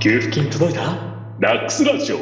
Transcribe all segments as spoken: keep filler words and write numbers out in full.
給付金届いた？ダックスラジオ。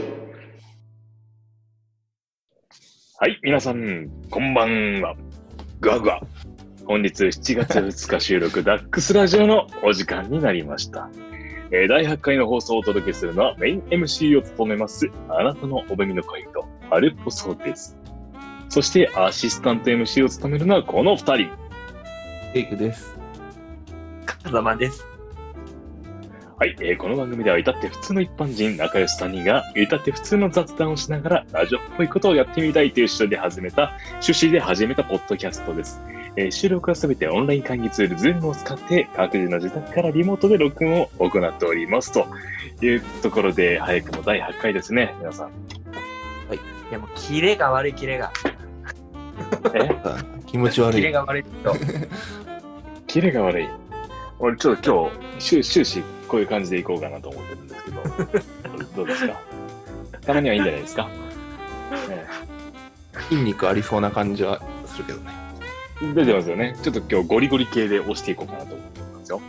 はい、皆さん、こんばんは。ぐわぐわ。本日しちがつふつか収録ダックスラジオのお時間になりました。えー、だいはちかいの放送をお届けするのはメイン エムシー を務めますあなたのお耳の恋人、アルポソです。そしてアシスタント エムシー を務めるのはこのふたり。 エイクです。 風間です。 はい、えー、この番組では至って普通の一般人仲良しさんにんが至って普通の雑談をしながらラジオっぽいことをやってみたいという趣旨で始めた趣旨で始めたポッドキャストです。えー、収録はすべてオンライン会議ツール Zoom を使って各自の自宅からリモートで録音を行っておりますというところで、早くもだいはちかいですね、皆さん。はい。 いやもうキレが悪いキレが。 え気持ち悪い。 キレが悪いと。 キレが悪い。俺ちょっと今日終始こういう感じでいこうかなと思ってるんですけど、どうですか？たまにはいいんじゃないですか？ね、 筋肉ありそうな感じはするけどね。 出てますよね。ちょっと今日ゴリゴリ系で押していこうかなと思ってますよ。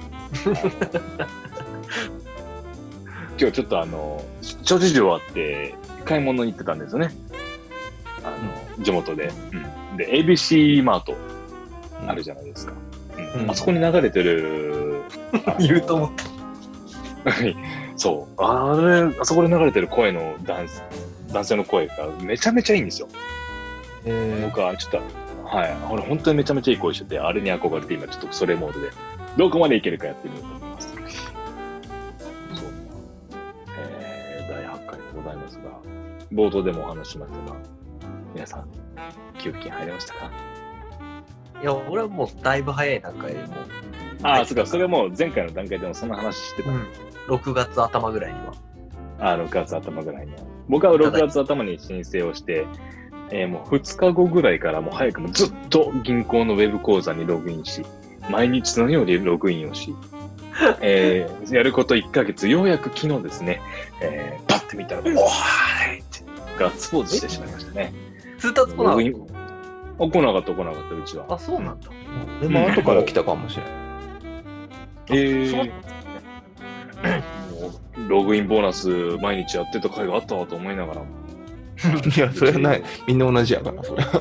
今日ちょっとあの諸事情あって買い物に行ってたんですよね。あの地元で、うん、で エービーシー マートあるじゃないですか。うんうん、あそこに流れてる言うと思った。 はい、そうあれあそこで流れてる声の男男性の声がめちゃめちゃいいんですよ。 えー、 僕はちょっとはい、俺本当にめちゃめちゃいい声してて、あれに憧れて今ちょっとそれモードでどこまでいけるかやってみようと思います。そう、えー、だいはちかいでございますが、冒頭でもお話ししましたが、皆さん給付金入りましたか？ いや俺はもうだいぶ早い段階でもう。 ああ、そうか、それはもう前回の段階でもその話してた。うん、 ろくがつあたまぐらいには。 ああ、ろくがつあたまぐらいには。僕はろくがつあたまに申請をして。えー、もうふつかごぐらいからもう早くもずっと銀行のウェブ口座にログインし、毎日のようにログインをし、えー、やることいっかげつ、ようやく昨日ですね、えー、パッて見たら、おーいってガッツポーズしてしまいましたね。 通達来なかった？ 来なかった、来なかった、うちは。 あ、そうなんだ。 でも後から来たかもしれない。 えー、もうログインボーナス毎日やってた甲斐があったわと思いながら。 いや、それはない。みんな同じやから、それ。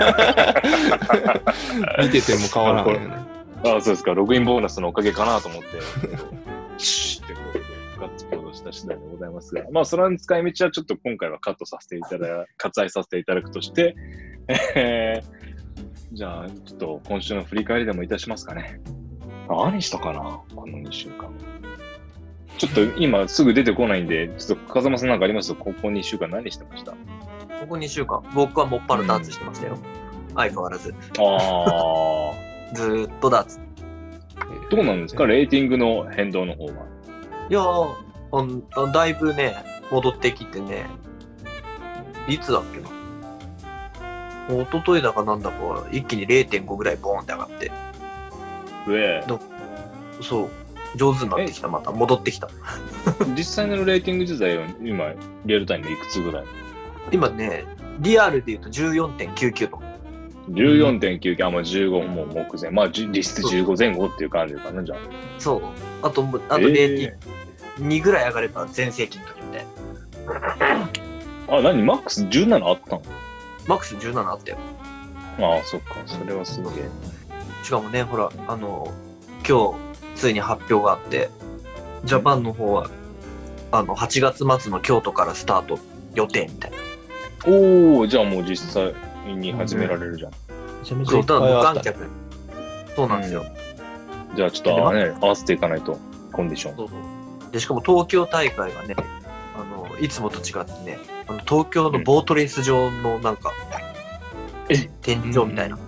見てても変わらないよね。 ああ、そうですか。ログインボーナスのおかげかなと思って、シーってこうガッツポーズした次第でございますが、まあ、その使い道はちょっと今回はカットさせていただ、割愛させていただくとして、えー、じゃあ、ちょっと今週の振り返りでもいたしますかね。何したかな、このにしゅうかん。ちょっと今すぐ出てこないんで、ちょっと風間さんなんかあります？ここにしゅうかん何してました？ここにしゅうかん、僕はもっぱらダーツしてましたよ。うん、相変わらず。 ああ。 ずーっとダーツ。 どうなんですか、レーティングの変動の方は。 いやー、だいぶね、戻ってきてね、いつだっけな。一昨日だかなんだか、一気に れいてんご ぐらいボーンって上がって。 上。 そう。上手になってきた、また戻ってきた。 実際のレーティング自体は今、リアルタイムいくつぐらい？ 今ね、リアルで言うと じゅうよんてんきゅうきゅう と。 じゅうよんてんきゅうきゅう、あ、まあじゅうごもう目前。まあ実質じゅうごぜん後っていう感じかな、じゃあ。 そう。あと、あと れいてんに ぐらい上がれば全盛期の時みたいな。 あ、何マックスじゅうななあったの？ マックスじゅうななあったよ。 ああ、そっか。それはすげえ。 しかもね、ほら、あの、今日、ついに発表があって、ジャパンの方はあのはちがつまつの京都からスタート予定みたいな。 おお、じゃあもう実際に始められるじゃん。 めちゃめちゃそ、 いうっぱい無あった。 観客。そうなんですよ。 うん、じゃあちょっとね、合わせていかないと、コンディション。 そうそうで、しかも東京大会がね、あのいつもと違ってね、あの東京のボートレース場のなんか、 うん、え天井みたいな。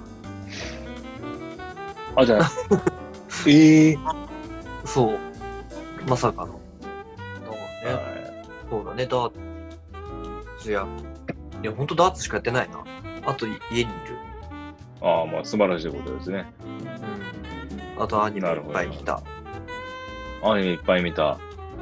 あ、じゃあ、ええー。 そう、まさかの。だからね、 はい、 そうだね、ダーツや、いや、ほんとダーツしかやってないな。あと家にいる。 ああ、まあ素晴らしいことですね。 うん。あとアニメいっぱい見た。 アニメいっぱい見た。 うん。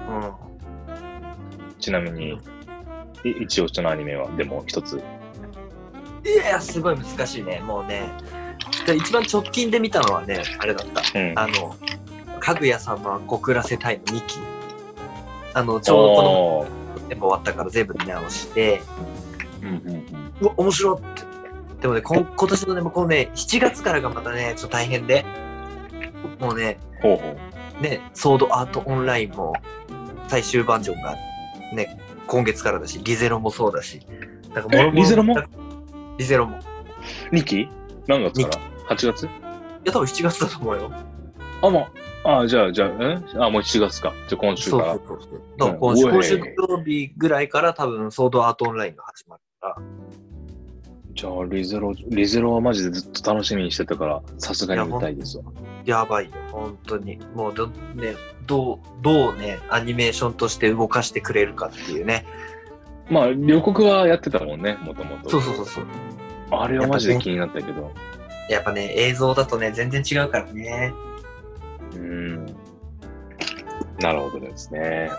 ちなみに、一押しのアニメは、でも一つ。 いや、すごい難しいね、もうね。一番直近で見たのはね、あれだった。うん、あの、かぐや様告らせたいのにき。 あの、ちょうどこの全部終わったから全部見直して、 うんうんうん、 うわ、面白いって。でもね、こ今年のね、もうこのね、しちがつからがまたね、ちょっと大変で、もうね、 ほうほうね、ソードアートオンラインも最終バージョンがね、今月からだし、リゼロもそうだし、だからもろもろリゼロもリゼロも。 にき何月から ?はち 月いや、多分しちがつだと思うよ。 あ、もう、あ、じゃあ、じゃあ、えあ、もうしちがつか。じゃあ今週から。 そうそうそうそう。だから今週、 うん、 今週土曜日ぐらいから多分ソードアートオンラインが始まるから。 じゃあ、リゼロ、リゼロはマジでずっと楽しみにしてたから、さすがに見たいですわ。 やばいよ、本当に。もうど、ね、どう、どうね、アニメーションとして動かしてくれるかっていうね。 まあ、予告はやってたもんね、もともと。 そうそうそうそう。 あれはマジで気になったけど。 やっぱね、映像だとね、全然違うからね。 うん。なるほどですね。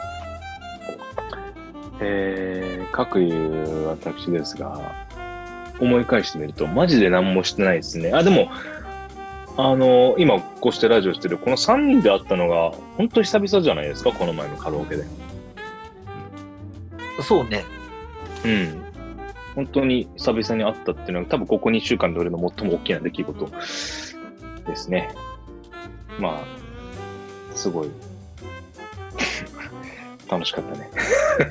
えー、各いう私ですが、思い返してみると、マジで何もしてないですね。あ、でも、あの、今こうしてラジオしてる、このさんにんで会ったのが、本当久々じゃないですか、この前のカラオケで。 そうね。 うん。本当に久々に会ったっていうのは、多分ここにしゅうかんで俺の最も大きな出来事ですね。まあ、すごい、楽しかったね。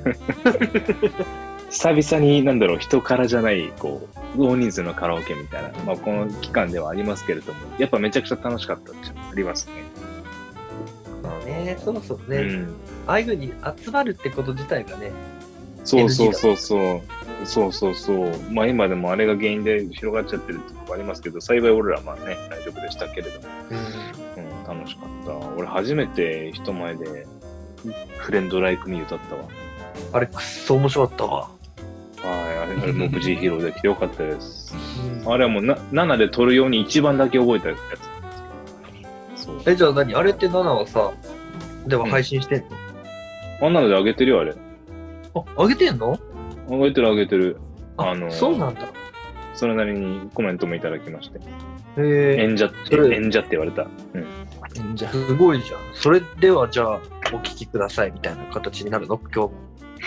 久々に、なんだろう、人からじゃない、こう、大人数のカラオケみたいな、まあ、この期間ではありますけれども、やっぱめちゃくちゃ楽しかったってありますね。 まあね、そろそろね、 うん、 ああいうふうに集まるってこと自体がね、 そうそうそうそう、そうそうそう、まあ今でもあれが原因で広がっちゃってるってとこありますけど、幸い俺らはまあね、大丈夫でしたけれども、うん、うん、楽しかった。俺初めて人前で、フレンドライクミー歌ったわ。 あれ、くっそ面白かったわ。 はい、あれ、あれも無事披露できてよかったです。うん、あれはもうなななで撮るように一番だけ覚えたやつなんですけど。そう。 え、じゃあ何あれってななはさ、では配信してんの、 うん、あんなので上げてるよ、あれ。 あ、上げてんの？ 上げてる上げてる。 あ、あのー、そうなんだ。 それなりにコメントもいただきまして。 へえ。 演者って、演者って言われた。うん。 演者。すごいじゃん。それではじゃあ、お聞きくださいみたいな形になるの今日も。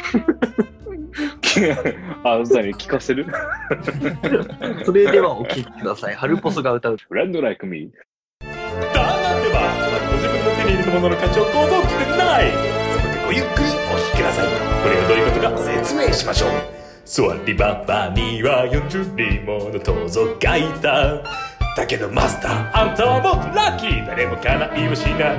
あ、そうだね、聞かせるそれではお聞きください。ハルポスが歌う。 フレンドライクミー。 だなんてば、ご自分の手に入れたものの価値をご存知でない。そこでごゆっくりお聞きください。これはどういうことか説明しましょう。座り場にはよんじゅうにんもの盗賊がいた。だけどマスター、あんたはもっとラッキー。誰もかないはしない。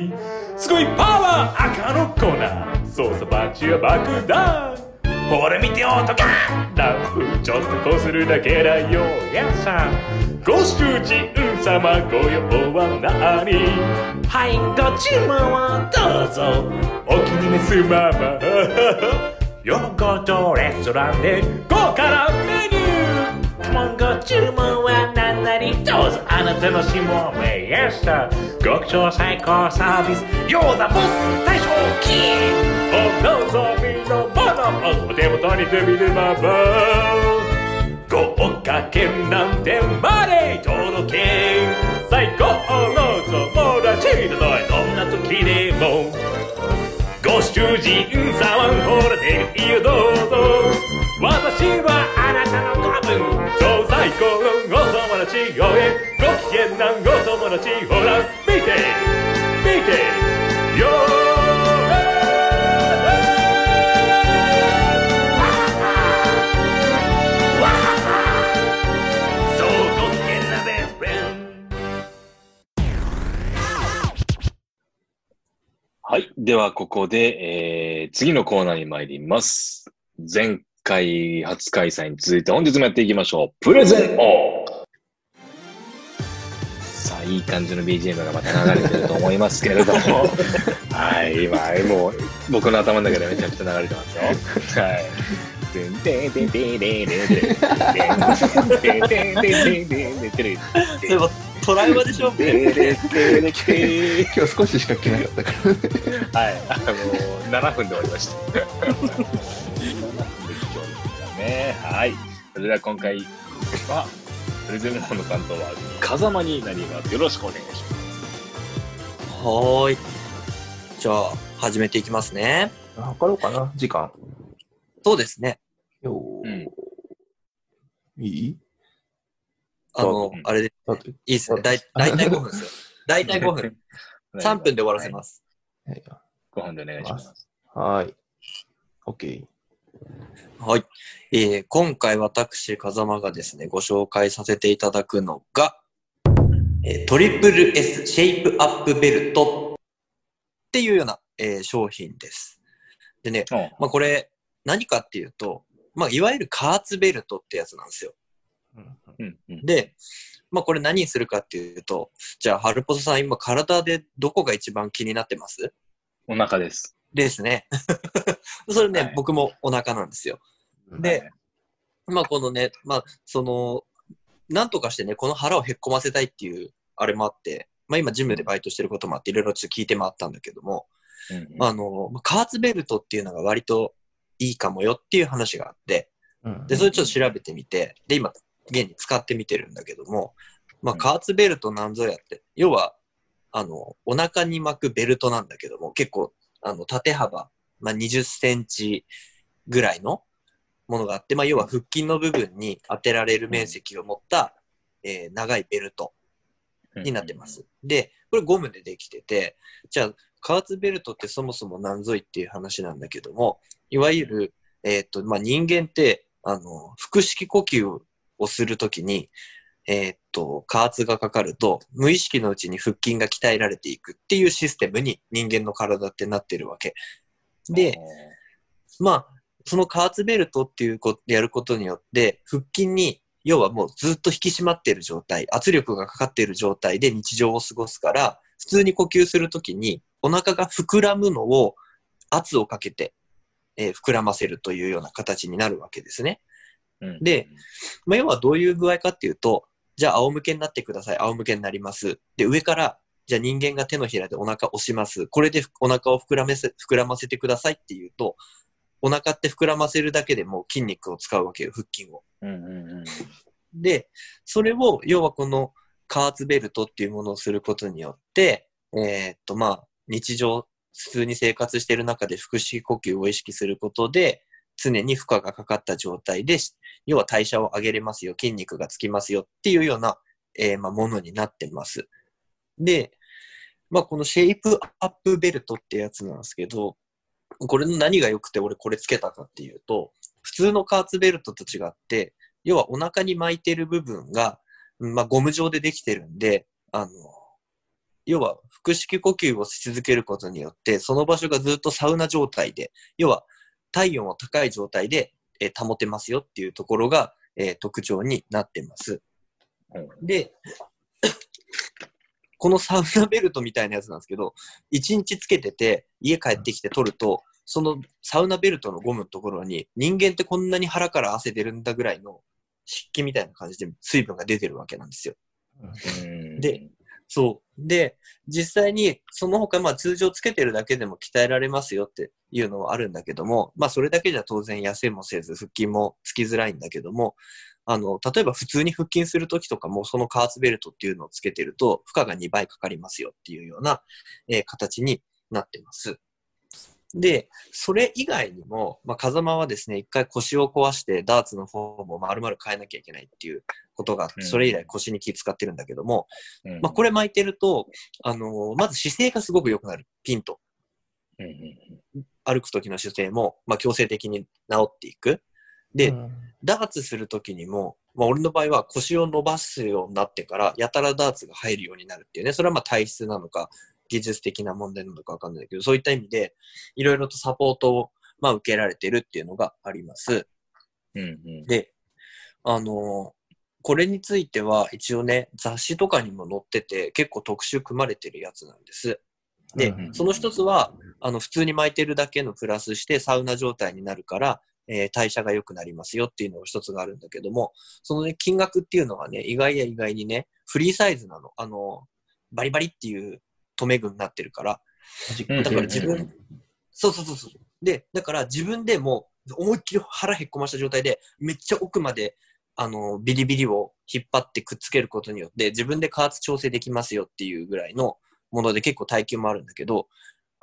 すごいパワー、赤の粉。操作パンチは爆弾。ほれ見ておとかランプちょっとこするだけだよ。やさご主人様ご用は何？はい、ご注文をどうぞ。お気に召すままヨーグルトレストランで豪華なメニュー。もご注文は何なりどうぞ。あなたのしもべやした極小最高サービス餃子ボス大賞金。お望みのものをお手元にてみるまま。豪華絢爛店まで届け。最高の友達とどんな時でもご主人様ほらでいいよどうぞ。私はあなたのご分そう最高のお友達よえ。ご機嫌なお友達ほら見て見てよー。 はい。では、ここで、えー、次のコーナーに参ります。前回初開催に続いて本日もやっていきましょう。プレゼンオン。さあ、いい感じの ビージーエム がまた流れてると思いますけれども。はい。今、もう、僕の頭の中でめちゃくちゃ流れてますよ。はい。ででででででででトラウマでしょ。今日少ししか来なかったからはい、あのななふんで終わりました。ななふんで今日ですね。はい。それでは今回はプレゼンモンの担当は風間になります。よろしくお願いします。 はーい。じゃあ始めていきますね。 測ろうかな、時間。 そうですね。 ようん。 いいあの、 うんあれで、 だって。 いいですね。だいだいたいごふんですよ。だいたいごふん。さんぷんで終わらせます。 はいごふんでお願いします。 はい。OK。 はい。えー今回私、風間がですね、ご紹介させていただくのが、えートリプル S シェイプアップベルトっていうような、えー商品です。でね、 うんまあこれ何かっていうと、まあいわゆる加圧ベルトってやつなんですよ。 うんうんで、まあこれ何するかっていうと、じゃあ、ハルポソさん今体でどこが一番気になってます？ お腹です。 ですね。それね、 はい僕もお腹なんですよ。で、 はいまあこのね、まあその、なんとかしてね、この腹をへっこませたいっていうあれもあって、まあ今ジムでバイトしてることもあって、いろいろちょっと聞いて回ったんだけども、 うんうんあの、加圧ベルトっていうのが割といいかもよっていう話があって、で、それちょっと調べてみて、で、今、現に使ってみてるんだけども、まあ、加圧ベルトなんぞやって、要は、あの、お腹に巻くベルトなんだけども、結構、あの、縦幅、まあ、にじゅっセンチぐらいのものがあって、まあ、要は腹筋の部分に当てられる面積を持った、えー長いベルトになってます。で、これゴムでできてて、じゃあ、加圧ベルトってそもそも何ぞいっていう話なんだけども、いわゆる、えっと、まあ、人間って、あの、腹式呼吸をするときに、えっと、加圧がかかると、無意識のうちに腹筋が鍛えられていくっていうシステムに人間の体ってなってるわけ。で、まあ、その加圧ベルトっていうことやることによって、腹筋に、要はもうずっと引き締まっている状態、圧力がかかっている状態で日常を過ごすから、普通に呼吸するときにお腹が膨らむのを圧をかけて、えー膨らませるというような形になるわけですね。 うんで、まあ、要はどういう具合かっていうと、じゃあ仰向けになってください。仰向けになります。で、上から、じゃあ人間が手のひらでお腹を押します。これでお腹を膨らめせ、膨らませてくださいっていうと、お腹って膨らませるだけでもう筋肉を使うわけよ、腹筋を。 うんうんうんで、それを、要はこの加圧ベルトっていうものをすることによって、えーっと、まあ、日常、普通に生活している中で腹式呼吸を意識することで、常に負荷がかかった状態で、要は代謝を上げれますよ、筋肉がつきますよっていうような、えーまあ、ものになってます。で、まあ、このシェイプアップベルトってやつなんですけど、これの何が良くて俺これつけたかっていうと、普通の加圧ベルトと違って、要はお腹に巻いてる部分が、まあ、ゴム状でできてるんで、あの、要は腹式呼吸をし続けることによって、その場所がずっとサウナ状態で、要は体温を高い状態で、えー保てますよっていうところが、えー特徴になってます。で、このサウナベルトみたいなやつなんですけど、いちにちつけてて、家帰ってきて取ると、そのサウナベルトのゴムのところに、人間ってこんなに腹から汗出るんだぐらいの湿気みたいな感じで水分が出てるわけなんですよ。 うんで、そう。で、実際にその他、まあ通常つけてるだけでも鍛えられますよっていうのはあるんだけども、まあそれだけじゃ当然痩せもせず腹筋もつきづらいんだけども、あの、例えば普通に腹筋するときとかもその加圧ベルトっていうのをつけてると負荷がにばいかかりますよっていうような、えー形になってます。で、それ以外にも、まあ、風間はですね、一回腰を壊してダーツのフォームを丸々変えなきゃいけないっていうことがあって、それ以来腰に気使ってるんだけども、 うんまあ、これ巻いてると、あのーまず姿勢がすごく良くなる。ピンと。 うんうん歩く時の姿勢も、まあ、強制的に治っていく。で、ダーツする時にも、まあ、俺の場合は腰を伸ばすようになってから、やたらダーツが入るようになるっていうね、それはまあ体質なのか、技術的な問題なのかわかんないけど、そういった意味で、いろいろとサポートを、まあ、受けられてるっていうのがあります。 うんうんで、あのーこれについては一応ね、雑誌とかにも載ってて、結構特集組まれてるやつなんです。で、 うんその一つは、あの、普通に巻いてるだけのプラスしてサウナ状態になるから、えー代謝が良くなりますよっていうのが一つがあるんだけども、そのね、金額っていうのがね、意外や意外にね、フリーサイズなの。あの、バリバリっていう留め具になってるから、 うんだから自分、 うんうんそうそうそうそう。で、だから自分でも思いっきり腹へっこました状態で、めっちゃ奥まで、あの、ビリビリを引っ張ってくっつけることによって、自分で加圧調整できますよっていうぐらいのもので結構耐久もあるんだけど、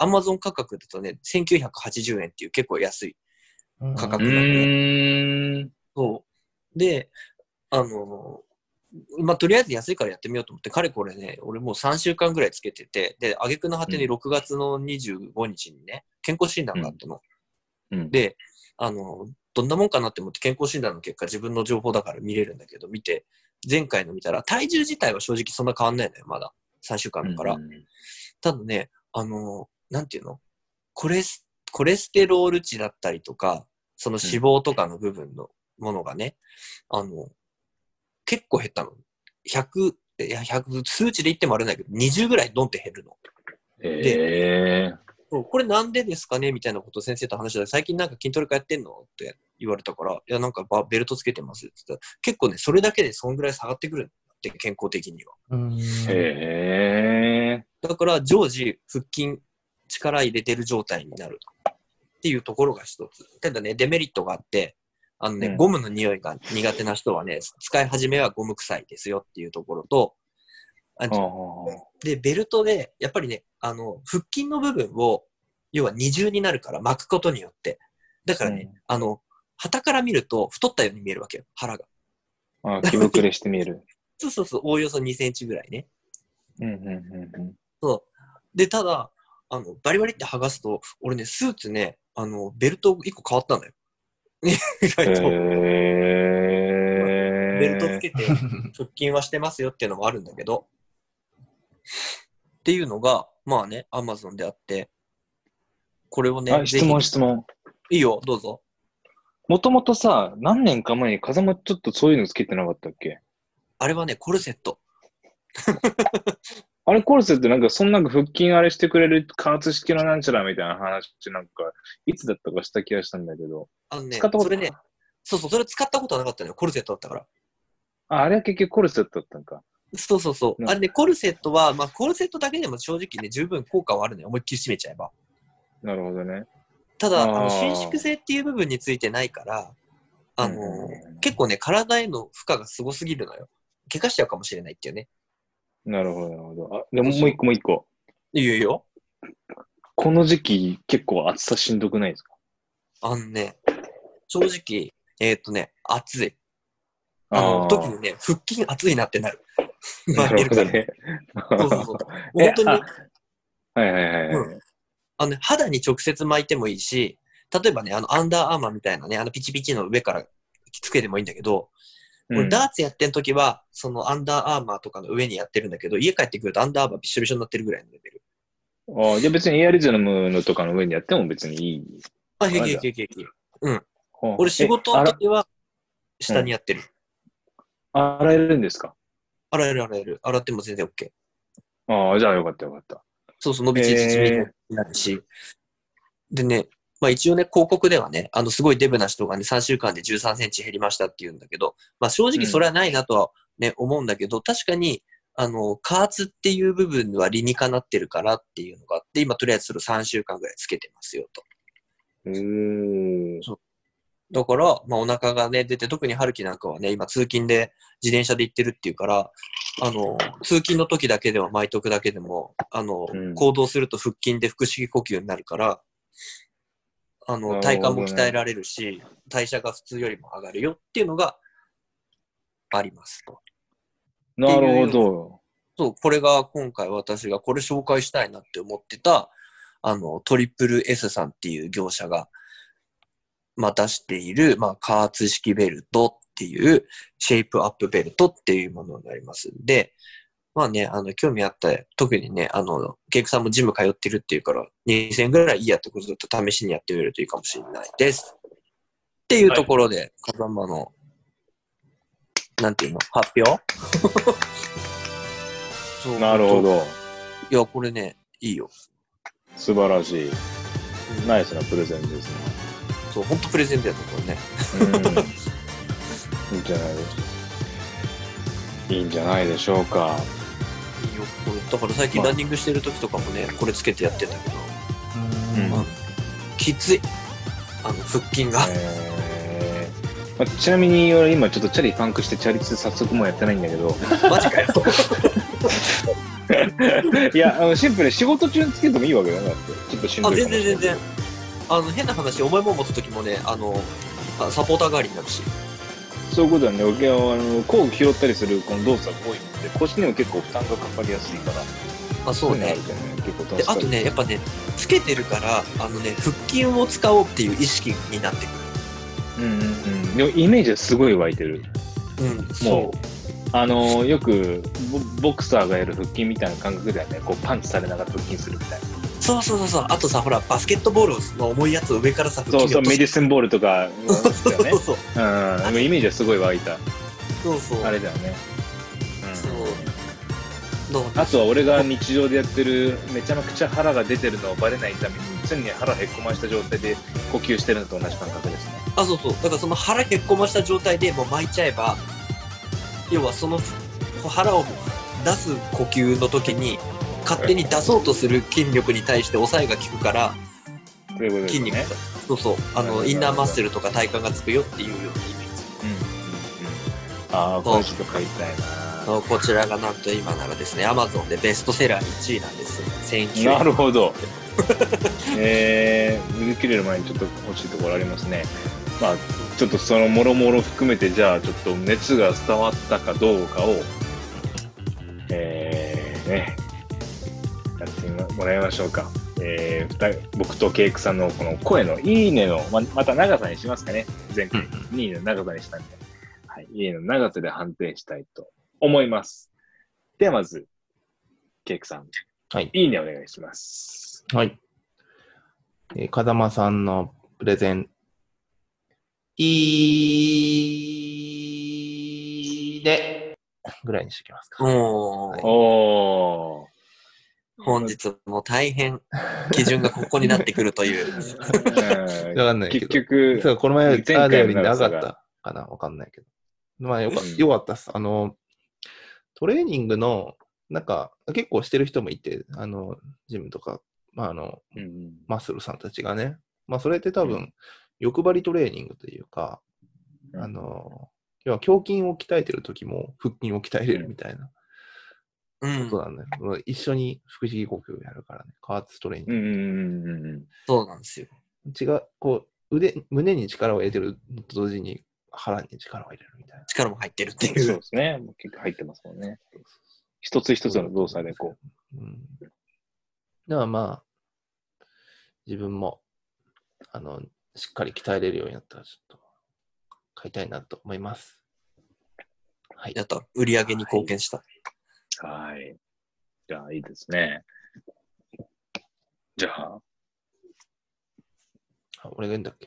Amazon 価格だとね、せんきゅうひゃくはちじゅうえんっていう結構安い価格うなんで、 ーん。 そう。で、あの、まあ、とりあえず安いからやってみようと思って、かれこれね、俺もうさんしゅうかんぐらいつけてて、で、挙句の果てにろくがつのにじゅうごにちにね、健康診断があったの。 うん、 で、あの、どんなもんかなって思って健康診断の結果、自分の情報だから見れるんだけど、見て、前回の見たら、体重自体は正直そんな変わんないのよ、まだ。さんしゅうかんだから。 うん、 ただね、あの、なんていうのコレス、コレステロール値だったりとか、その脂肪とかの部分のものがね、あの、結構減ったの。ひゃく、いや、ひゃく、数値で言ってもあれないけど、にじゅうぐらいドンって減るの。 えー、 そうこれなんでですかねみたいなことを先生と話したら、最近なんか筋トレかやってんのって言われたから、いや、なんかバベルトつけてますって言ったら、結構ね、それだけでそんぐらい下がってくるんだって、健康的には。 へー。 だから、常時、腹筋、力入れてる状態になるっていうところが一つ。ただね、デメリットがあって、あのね、うん、ゴムの匂いが苦手な人はね、使い始めはゴム臭いですよっていうところと、あで、ベルトで、やっぱりね、あの、腹筋の部分を、要は二重になるから巻くことによって。だからね、うん、あの、旗から見ると太ったように見えるわけよ、腹が。 ああ、気膨れして見える。 そうそうそう、おおよそにセンチぐらいね。 うんうんうんうん。 そう。で、ただ、あの、バリバリって剥がすと、俺ね、スーツね、あの、ベルトいっこ変わったのよ。意外と。 へー。 ベルトつけて腹筋はしてますよっていうのもあるんだけど、っていうのが、まあね、アマゾンであって、これをね、 あ、質問質問。 いいよ、どうぞ。 もともとさ、何年か前に風間ちょっとそういうのつけてなかったっけ？ あれはね、コルセット。 あれコルセットなんかそんな腹筋あれしてくれる加圧式のなんちゃらみたいな話なんか、いつだったかした気がしたんだけど。 あのね、 使ったことそれね、そうそう、それ使ったことはなかったのよ、コルセットだったから。 あ、あれは結局コルセットだったんか。 そうそうそう。あれね、コルセットは、まあ、コルセットだけでも正直ね、十分効果はあるのよ。思いっきり締めちゃえば。 なるほどね。 ただ、あの伸縮性っていう部分についてないから、あのーうん、結構ね、体への負荷がすごすぎるのよ。怪我しちゃうかもしれないっていうね。 なるほど、なるほど。あ、でももう一個もう一個。 いいよいいよ。 この時期結構暑さしんどくないですか？ あのね、正直、えー、っとね、暑い。あの、特にね、腹筋熱いなってなる。 なるほどね。 そうそうそう。本当に。 はいはいはい、はいうん。 あのね、肌に直接巻いてもいいし、例えばね、あの、アンダーアーマーみたいなね、あのピチピチの上からつけてもいいんだけど、うん、俺ダーツやってん時は、そのアンダーアーマーとかの上にやってるんだけど、家帰ってくるとアンダーアーマーびしょびしょになってるぐらいのレベル。 ああ、じゃあ別にエアリズムのとかの上にやっても別にいい。 あ、平気平気平気。うん。俺仕事の時は下にやってる。 うん、洗えるんですか？ 洗える洗える。洗っても全然 OK。 ああ、じゃあよかったよかった。 そうそう、伸び縮みになるし。でね、まあ一応ね、広告ではね、あのすごいデブな人がね、さんしゅうかんでじゅうさんセンチ減りましたって言うんだけど、まあ正直それはないなとはね、うん、思うんだけど、確かに、あの、加圧っていう部分は理にかなってるからっていうのがあって、今とりあえずそれをさんしゅうかんぐらいつけてますよと。 うーん。 そう。だから、まあお腹がね、出て、特に春樹なんかはね、今通勤で自転車で行ってるっていうから、あの、通勤の時だけでも巻いとくだけでも、あの、うん、行動すると腹筋で腹式呼吸になるから、あの、体幹も鍛えられるし、ね、代謝が普通よりも上がるよっていうのがありますと。 なるほど。 そう、これが今回私がこれ紹介したいなって思ってた、あの、トリプル S さんっていう業者が、まあ、出している、まあ、加圧式ベルトっていう、シェイプアップベルトっていうものになりますんで、まあね、あの、興味あった、特にね、あの、ケイクさんもジム通ってるっていうから、にせんえんぐらいいいやってことだと試しにやってみるといいかもしれないです。っていうところで、はい、風間の、なんていうの発表そうなるほど。 いや、これね、いいよ。 素晴らしい。ナイスなプレゼンですね。 そう、ほんとプレゼンだよね、これね。 うん。いいんじゃないでしょうか。いいんじゃないでしょうか。 いいよ、これ。だから最近ランニングしてる時とかもね、これつけてやってんだけど。うん。うん、きつい。あの、腹筋が。 えーまあ、ちなみに俺今ちょっとチャリパンクしてチャリ通早速もうやってないんだけど。 マジかよ。 いや、あのシンプルに仕事中につけてもいいわけだよね。だってちょっとしんどあ、 いか全然全もしれない。 然。あの、変な話、重いもん持つときもね、あの、あサポーター代わりになるし。 そういうことだね。僕はあの工具拾ったりするこの動作が多いので、腰にも結構負担がかかりやすいから。 あ、そうね。 そういうのあるとね、結構で、 助かる。 あとね、やっぱね、つけてるから、あのね、腹筋を使おうっていう意識になってくうんうんうん。でもイメージはすごい湧いてる。 る。うん、 もそうあのー、よくボボクサーがやる腹筋みたいな感覚だよね。こうパンチされながら腹筋するみたいな。 う。そうそうそうそう。あとさ、ほら、バスケットボールの重いやつを上からさ、腹そうそう、 筋で落とすメディスンボールとかだよねそう。そう。 うん。でもイメージはすごい湧いた。 そうそう。 あれだよね。 そううん。 どうあとは俺が日常でやってるめちゃくちゃ腹が出てるのをバレないために常に腹へっこました状態で呼吸してるのと同じ感覚ですね。 あ、そうそう。だからその腹へっこました状態でもう巻いちゃえば、要はその腹を出す呼吸の時に、勝手に出そうとする筋力に対して抑えが効くから、 ということですね。 筋肉が、そうそう、あの、 なるほどインナーマッスルとか体幹がつくよっていうようなイメージ。 うんうんうん。ああ、これちょっと買いたいな。 そうこちらがなんと今ならですね、Amazon でベストセラーいちいなんですよ。せんきゅうひゃくえん。 なるほど。えー、売り切れる前にちょっと欲しいところありますね。まあ、ちょっとそのもろもろ含めて、じゃあちょっと熱が伝わったかどうかを、えー、ね、やってもらいましょうか。えー、二人僕とケイクさんのこの声のいいねの、ま、また長さにしますかね。前回、いいねの長さにしたんで。はい、いいねの長さで判定したいと思います。ではまず、ケイクさん、 はい。 いいねお願いします。 はい。えー、風間さんのプレゼン、いいねぐらいにしておきますか。 もう、 おー。 本日も大変基準がここになってくるという。 うんわかんないけど。 結局、 そう、この前、 前回のあれより長長さがかったかなわかんないけど。まあよか、 うんよかったっす。あの、トレーニングの、なんか、結構してる人もいて、あの、ジムとか、まああの、 うんマッスルさんたちがね。まあそれって多分、 うん欲張りトレーニングというか、 うんあの、要は胸筋を鍛えてる時も腹筋を鍛えれるみたいなうんことなんだよ。一緒に腹式呼吸をやるからね。加圧トレーニング。 うんうんうんうんそうなんですよ。 違う、こう、腕、胸に力を入れてると同時に腹に力を入れるみたいな。 力も入ってるってうん。そういう。 ですね。結構入ってますもんね。一つ一つの動作でこう。うん。だからまあ、自分も、あの、しっかり鍛えれるようになったら、ちょっと、買いたいなと思います。はい。 やった。売り上げに貢献した。 う。はい。じゃあ、いいですね。じゃあ。 あ、俺がいいんだっけ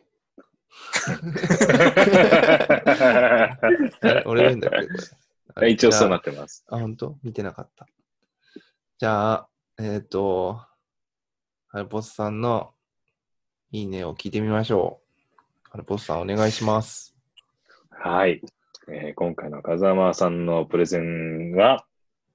あれ俺がいいんだっけこれ。あれ一応そうなじってます。 ゃあ、あ、本当見てなかった。じゃあ、えっ、と、ハルポスさんのいいねを聞いてみましょう。ハルポスさん、お願いします。 はい。えー今回の風間さんのプレゼンは、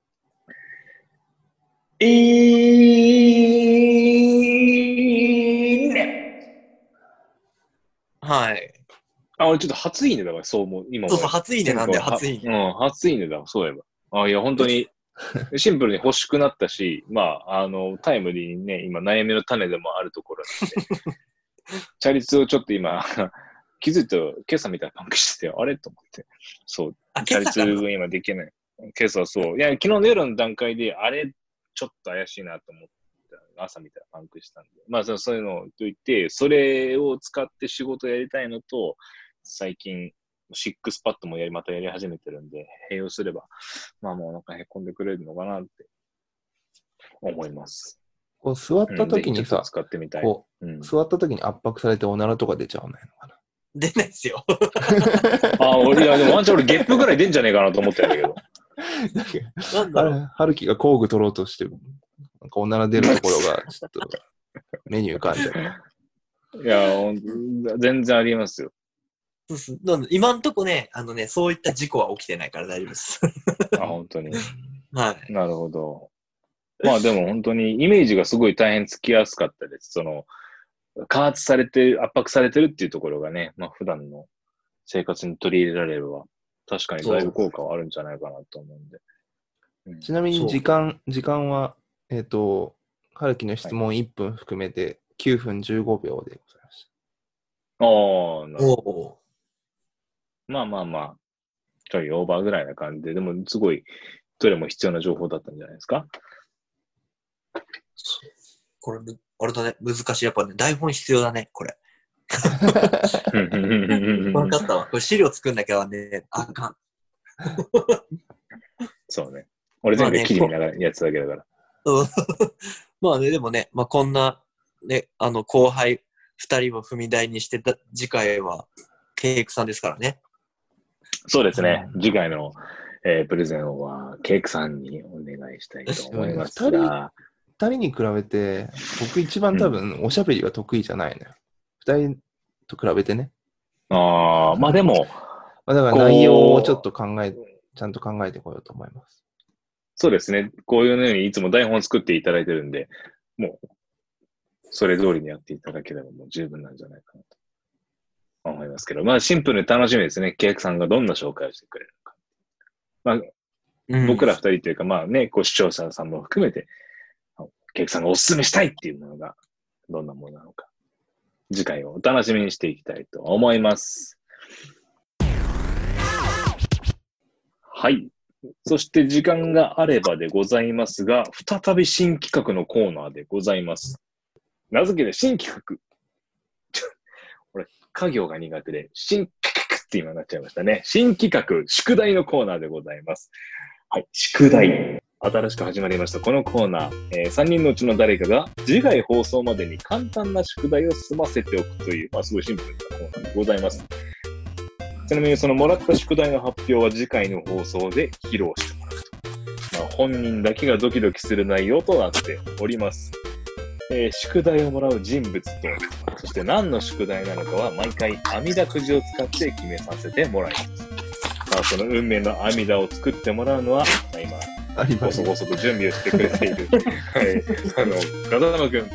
いいね。 はい。 あ、俺ちょっと初いいねだわ、そう思う。今そうそう、 思えば初いいねなんで初いいね。 うん、初いいねだわ、そういえば。あ、いや、本当に、シンプルに欲しくなったし、まあ、あの、タイムリーにね、今、悩みの種でもあるところなんで、チャリツをちょっと今、気づいたら、今朝みたいなパンクしてて、あれと思って。そう、 あ、 チャリツ今朝かなが今できない。今朝そう。いや、昨日の夜の段階で、あれ、ちょっと怪しいなと思って、朝見たらパンクしたんで。まあ、そそういうのと言って、それを使って仕事やりたいのと、最近、シックスパッドもやり、またやり始めてるんで、併用すれば、まあもうなんかへこんでくれるのかなって思います。 こう座った時にさうんぜひちょっと、使ってみたい。 こうんう、座った時に圧迫されておならとか出ちゃわないのかな。 出ないですよ。 あ、俺、いや、でもワンチャン俺ゲップぐらい出んじゃねえかなと思ってるんだけど。 なんだろう。 はるきが工具取ろうとして、なんかおなら出るところが、ちょっと、目に浮かんじゃう。 いや、ほん全然ありますよ。 そうそうなんで今んとこね、あのね、そういった事故は起きてないから大丈夫です。 あ、本当に。 はい。 なるほど。まあでも本当にイメージがすごい大変つきやすかったです。その、加圧されて、圧迫されてるっていうところがね、まあ普段の生活に取り入れられれば、確かにだいぶ効果はあるんじゃないかなと思うんで。 ちなみに時間、時間は、えっ、と、春樹の質問いっぷん含めてきゅうふんじゅうごびょうでございました。 ああ、なるほど。 おまあまあまあ、ちょいオーバーぐらいな感じで、でもすごい、どれも必要な情報だったんじゃないですか。 これ、あれだね、難しい。やっぱね、台本必要だね、これ。分かったわ。これ資料作んなきゃね、あかん。 そうね。俺全部切り見ながらやつだけだから。 うんまあね、でもね、まあこんな、ね、あの、後輩二人を踏み台にしてた、次回は、ケイクさんですからね。 そうですね。次回の、えー、プレゼンは、ケイクさんにお願いしたいと思いますが。 二人に比べて、僕一番多分、おしゃべりが得意じゃないのよ。二、うん、人と比べてね。 ああ、まあでも。 まあ、だから内容をちょっと考え、ちゃんと考えてこようと思います。 そうですね。こういうようにいつも台本を作っていただいてるんで、もう、それ通りにやっていただければもう十分なんじゃないかなと思いますけど、まあシンプルに楽しみですね。ケイクさんがどんな紹介をしてくれるのか。まあ、うん、僕ら二人というか、まあね、こう視聴者さんも含めて、ケイクさんがお勧めしたいっていうものがどんなものなのか、次回をお楽しみにしていきたいと思います。はい。そして時間があればでございますが、再び新企画のコーナーでございます。名付けて新企画。俺、家業が苦手で、新企画って今なっちゃいましたね。新企画、宿題のコーナーでございます。はい、宿題。新しく始まりましたこのコーナー、えー、さんにんのうちの誰かが次回放送までに簡単な宿題を済ませておくという、まあ、すごいシンプルなコーナーでございます。ちなみにそのもらった宿題の発表は次回の放送で披露してもらうと。まあ、本人だけがドキドキする内容となっております。えー、宿題をもらう人物と、そして何の宿題なのかは毎回阿弥陀くじを使って決めさせてもらいます。さあ、その運命の阿弥陀を作ってもらうのは、まあ、今、こそこそと準備をしてくれている、はい、あの、風間くん。はい、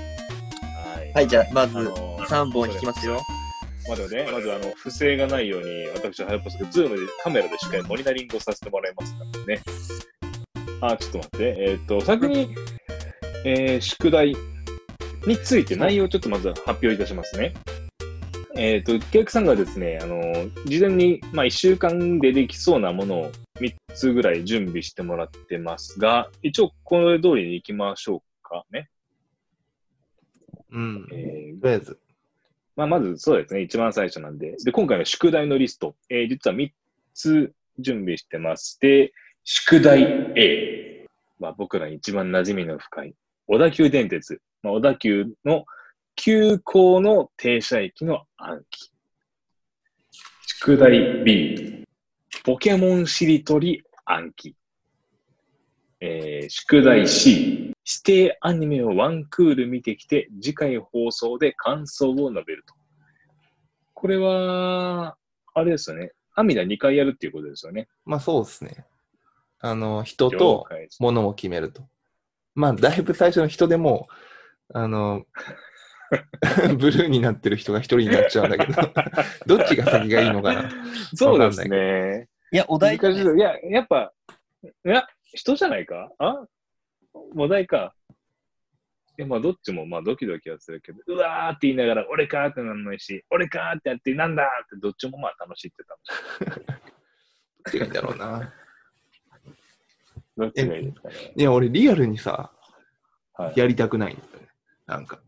はい、じゃあ、まずさんぼん引きますよ。 まずね、まずあの、不正がないように、私はハイパスで、ズームでカメラでしっかりモニタリングをさせてもらいますからね。あ、ちょっと待って。えっと、先に、えー、宿題について内容をちょっとまず発表いたしますね。えっと、ケイクさんがですね、あの、事前に、まあ、いっしゅうかんでできそうなものをみっつぐらい準備してもらってますが、一応これ通りに行きましょうかね。 うん。 えー、 とりあえず。 まあ、まずそうですね、一番最初なんで。で、今回の宿題のリスト、えー、実はみっつ準備してまして、宿題 A。まあ、僕らに一番馴染みの深い、小田急電鉄。まあ、小田急の急行の停車駅の暗記。宿題 B。ポケモンしりとり暗記。えー、宿題 C。指定アニメをワンクール見てきて、次回放送で感想を述べると。これは、あれですよね。阿弥陀にかいやるっていうことですよね。 まあそうですね。あの、人と物を決めると。まあ、だいぶ最初の人でも、あの、ブルーになってる人が一人になっちゃうんだけど、どっちが先がいいのかな。 そうですね。 いや、お題難しい。いや、やっぱ、いや、人じゃないかあお題か。いや、まあ、どっちも、まあ、ドキドキはするけど、うわーって言いながら、俺かーってなんないし、俺かーってやって、なんだーって、どっちもまあ楽しいってた。 どっちがいいんだろうな。 どっちがいいですかね。 いや、俺、リアルにさ、 はい、 やりたくないんだよね。なんか。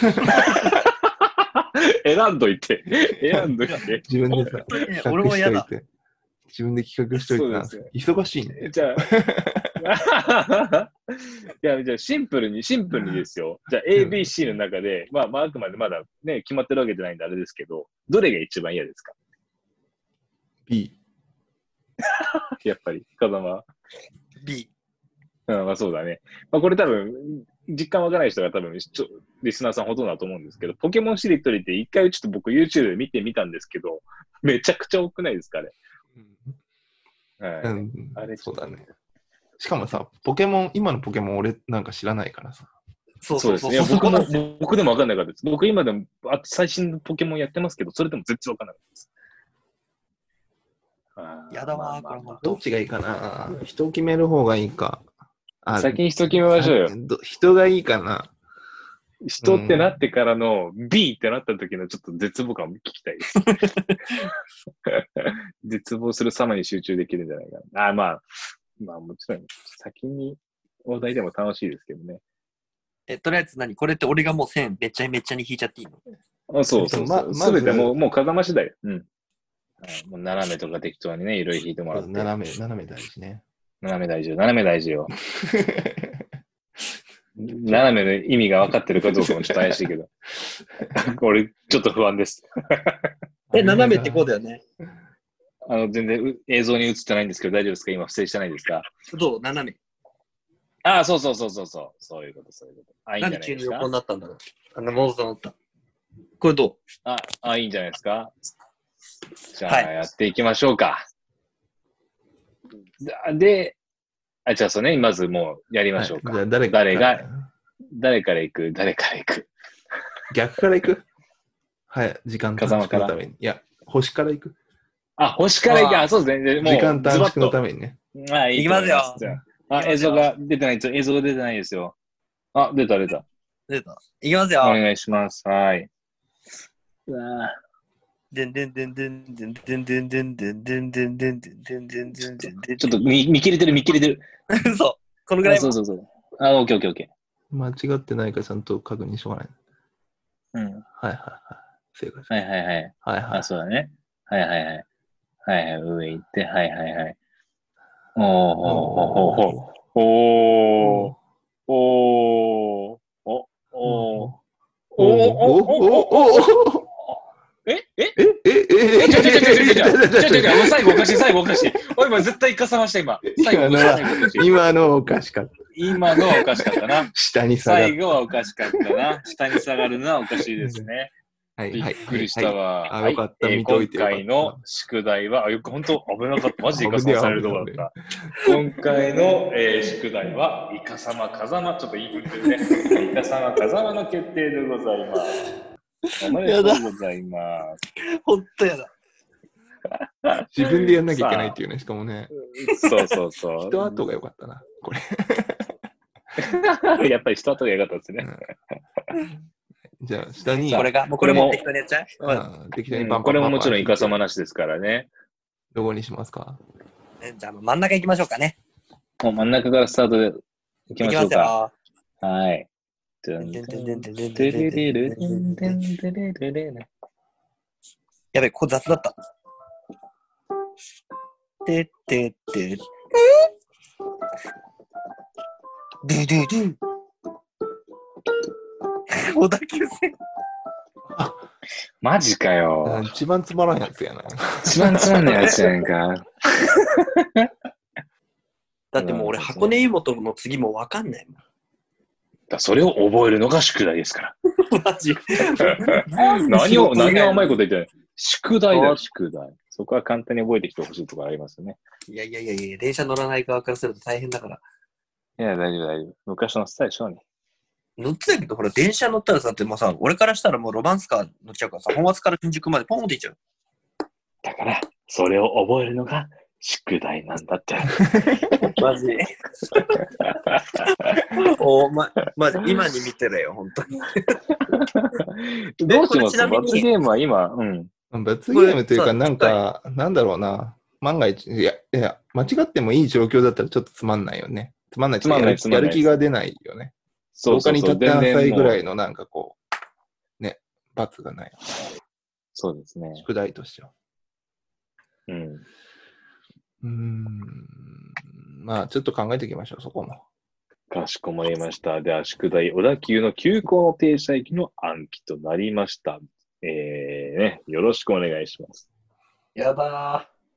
選んどいて。選んどいて。 自分でさ、 俺も嫌だ。 自分で企画しといてなんですよ。忙しいね。 じゃあ、いや、じゃあシンプルに、シンプルにですよ。じゃあ エービーシー の中で、まあ、まあ、あくまでまだね、決まってるわけじゃないんであれですけど、どれが一番嫌ですか？ B。 やっぱり、風間。 B。 うん、まあそうだね。まあこれ多分、実感わからない人が多分、ちょリスナーさんほとんどだと思うんですけど、ポケモンしりとりって一回ちょっと僕 YouTube で見てみたんですけど、めちゃくちゃ多くないですか、あれ。はい、 うん、 あれそうだね。しかもさ、ポケモン、今のポケモン俺なんか知らないからさ。 そうそうそう。いや僕も、僕でもわかんなかったです。僕今でもあ最新のポケモンやってますけど、それでも全然わかんなかったです。 やだわー、これもどっちがいいかな。人を決める方がいいか、 あ先に人決めましょうよ。 ど人がいいかな。 人ってなってからの B ってなった時のちょっと絶望感も聞きたいです。絶望する様に集中できるんじゃないかな。あ、まあ、まあもちろん先にお題でも楽しいですけどね。 え、とりあえず何これって俺がもう線めっちゃめっちゃに引いちゃっていいの？ あ、そうそうそう。 ままずすべてもう、もう風間次第。うん。はい、もう斜めとか適当にね、いろいろ引いてもらって。 斜め、斜め大事ね。 斜め大事よ。斜め大事よ。斜めの意味が分かってるかどうかもちょっと怪しいけど。俺、ちょっと不安です。 え、斜めってこうだよね。 あの、全然映像に映ってないんですけど、大丈夫ですか？今、不正してないですか？ どう斜め。 ああ、そうそうそうそうそう。そういうこと、そういうこと。あ、いいんじゃ何ないですか？ 急に横になったんだろう。あの、モードになった。これどう？ あ、あ、いいんじゃないですか？じゃあ、 はいやっていきましょうか。で、あ、じゃあ、そうね、まずもうやりましょうか。 はい、じゃあ誰誰が、誰から行く？誰から行く？ 逆から行く？はい、時間短縮のために。いや、星から行く？ あ、星から行く。あ、そうですね。もう時間短縮のためにね。 まあ、いい行きますよ。 じゃあ、あ、映像が出てないですよ。映像が出てないですよ。あ、出た出た。 出た。いきますよ。 お願いします。はい。うわでんでんでんでんでんでんでんでんでんでんでんでんでんでんでんでんでんでん。 ちょっと見見切れてる見切れてる。 嘘。このぐらい。 そうそうそう。あ、オッケーオッケーオッケ間違ってないかちゃんと確認しとかない。 ー。うん。 はいはいはい。正解です。 はいはいはい。 はいはい。 あ、そうだね。はいはいはい。はいはい、上行って、はいはいはい。おーほーほーほーほー。おー。おー。お、おー。おー。おー。おー。えええええええちょちょちょちょちょちょちょちょちょ最後おかしい最後おかしい。おい今絶対イカさました今。最後おかしい。 今のおかしかった。 今のはおかしかったな。 下に下がる。 最後はおかしかったな。下に下がるのはおかしいですね。びっくりしたわ。 あ、よかった。見といて。 今回の宿題は、よく本当危なかった。マジでイカさまされるとこだった。今回の、えー、宿題は、イカさま風間、ちょっと言いにくいですね。イカさま風間の決定でございます。おめでとうございます。 ほんとやだ。自分でやんなきゃいけないっていうね、しかもね。 そうそうそう。 人後がよかったな、これ。やっぱり人後がよかったですね。 うんじゃあ、下に。 これが、もうこれも適当にやっちゃう？ 適当にパンパン。 これももちろんイカさまなしですからね。 どこにしますか？ じゃあ、真ん中行きましょうかね。 もう真ん中からスタートで行きましょうか。はい。 やべえ、ここ雑だった。てってってドゥドゥドゥ小田急線。 あ、マジかよ。 一番つまらんやつやな。 一番つまんないやつやんか。 だってもう俺、箱根湯本の次もわかんないもん。 だそれを覚えるのが宿題ですから。 マジ何を、何を甘いこと言ってない。宿題だよ、宿題。そこは簡単に覚えてきてほしいところありますよね。 いやいやいやいや、電車乗らない側からすると大変だから。 いや、大丈夫、大丈夫。昔のスタイルでしょうね。 乗ってたけど、ほら、電車乗ったらさ、ってもうさ、俺からしたらもうロマンスカー乗っちゃうからさ、本松から新宿までポンって行っちゃう。 だから、それを覚えるのが宿題なんだって。 マジ。おま、まじ、今に見てるよ、本当に。 どうします？罰ゲームは今、うん。 罰ゲームというか、なんか、なんだろうな。万が一、いや、いや、間違ってもいい状況だったらちょっとつまんないよね。つまんないつまんない。やる気が出ないよね。 そうそうそう。 廊下に立ってなさいぐらいのなんかこう、ね、罰がない。 そうですね。 宿題としては。 うん。 うーん。まあ、ちょっと考えていきましょう、そこも。 かしこまりました。では、宿題、小田急の急行の停車駅の暗記となりました。えー、ね、よろしくお願いします。 やだー。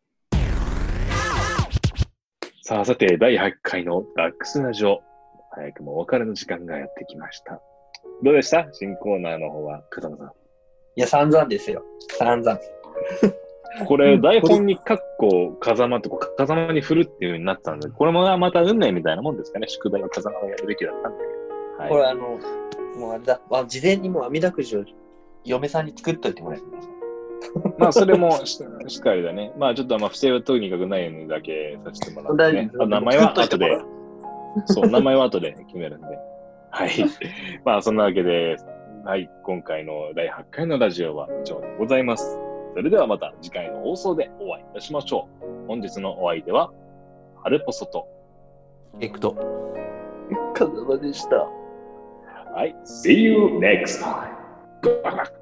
さあ、さて、だいはちかいのダックスラジオ。早くもお別れの時間がやってきました。どうでした？新コーナーの方は、風間さん。 いや、散々ですよ。散々。 これ、台本にカッコ、風間とか、風間に振るっていう風になったので、これもまた運命みたいなもんですかね。宿題は風間がやるべきだったんだけど。はい、 これ、あの、もうあれだ。あ、事前にもう網だくじを嫁さんに作っといてもらえる。 まあ、それもしっかりだね。まあ、ちょっとまあ不正はとにかくないようにだけさせてもらって、ね。名前は後で、 そう、名前は後で決めるんで。はい。まあ、そんなわけで、はい、今回のだいはちかいのラジオは以上でございます。それではまた次回の放送でお会いいたしましょう。本日のお相手は、ハルポソと、 エクト。 風間でした。 はい、See you next time.